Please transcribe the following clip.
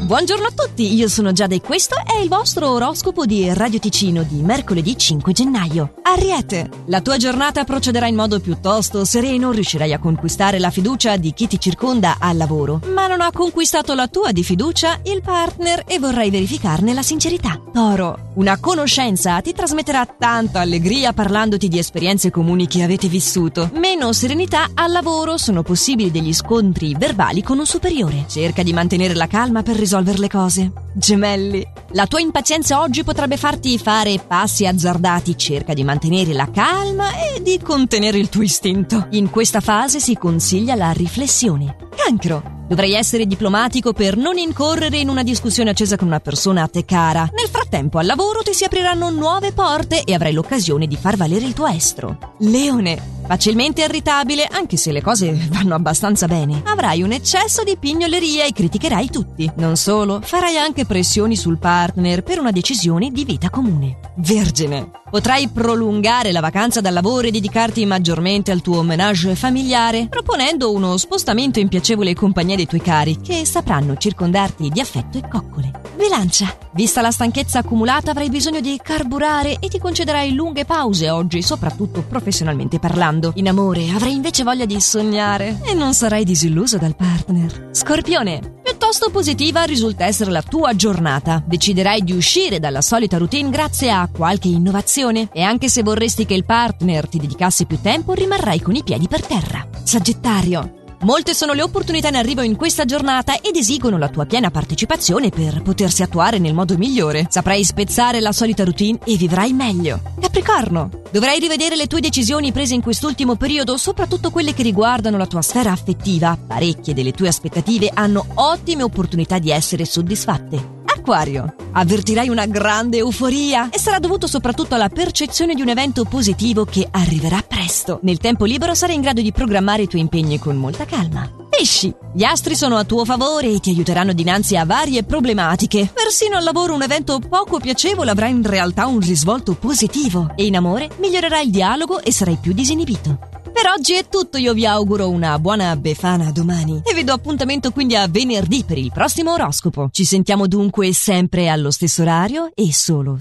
Buongiorno a tutti, io sono Giada e questo è il vostro oroscopo di Radio Ticino di mercoledì 5 gennaio. Ariete, la tua giornata procederà in modo piuttosto sereno, riuscirai a conquistare la fiducia di chi ti circonda al lavoro, ma non ha conquistato la tua di fiducia il partner e vorrai verificarne la sincerità. Toro, una conoscenza ti trasmetterà tanta allegria parlandoti di esperienze comuni che avete vissuto. Meno serenità al lavoro, sono possibili degli scontri verbali con un superiore. Cerca di mantenere la calma per risolvere le cose. Gemelli, la tua impazienza oggi potrebbe farti fare passi azzardati. Cerca di mantenere la calma e di contenere il tuo istinto. In questa fase si consiglia la riflessione. Cancro, dovrai essere diplomatico per non incorrere in una discussione accesa con una persona a te cara. Nel frattempo al lavoro ti si apriranno nuove porte e avrai l'occasione di far valere il tuo estro. Leone, facilmente irritabile, anche se le cose vanno abbastanza bene. Avrai un eccesso di pignoleria e criticherai tutti. Non solo, farai anche pressioni sul partner per una decisione di vita comune. Vergine, potrai prolungare la vacanza dal lavoro e dedicarti maggiormente al tuo ménage familiare, proponendo uno spostamento in piacevole compagnia dei tuoi cari, che sapranno circondarti di affetto e coccole. Bilancia, vista la stanchezza accumulata avrai bisogno di carburare e ti concederai lunghe pause oggi, soprattutto professionalmente parlando. In amore avrai invece voglia di sognare e non sarai disilluso dal partner. Scorpione, piuttosto positiva risulta essere la tua giornata. Deciderai di uscire dalla solita routine grazie a qualche innovazione e anche se vorresti che il partner ti dedicasse più tempo, rimarrai con i piedi per terra. Sagittario, molte sono le opportunità in arrivo in questa giornata ed esigono la tua piena partecipazione per potersi attuare nel modo migliore. Saprai spezzare la solita routine e vivrai meglio. Capricorno, dovrai rivedere le tue decisioni prese in quest'ultimo periodo, soprattutto quelle che riguardano la tua sfera affettiva. Parecchie delle tue aspettative hanno ottime opportunità di essere soddisfatte. Acquario, avvertirai una grande euforia e sarà dovuto soprattutto alla percezione di un evento positivo che arriverà presto. Nel tempo libero sarai in grado di programmare i tuoi impegni con molta calma. Pesci, gli astri sono a tuo favore e ti aiuteranno dinanzi a varie problematiche. Persino al lavoro un evento poco piacevole avrà in realtà un risvolto positivo e in amore migliorerà il dialogo e sarai più disinibito. Per oggi è tutto, io vi auguro una buona Befana domani e vi do appuntamento quindi a venerdì per il prossimo oroscopo. Ci sentiamo dunque sempre allo stesso orario e solo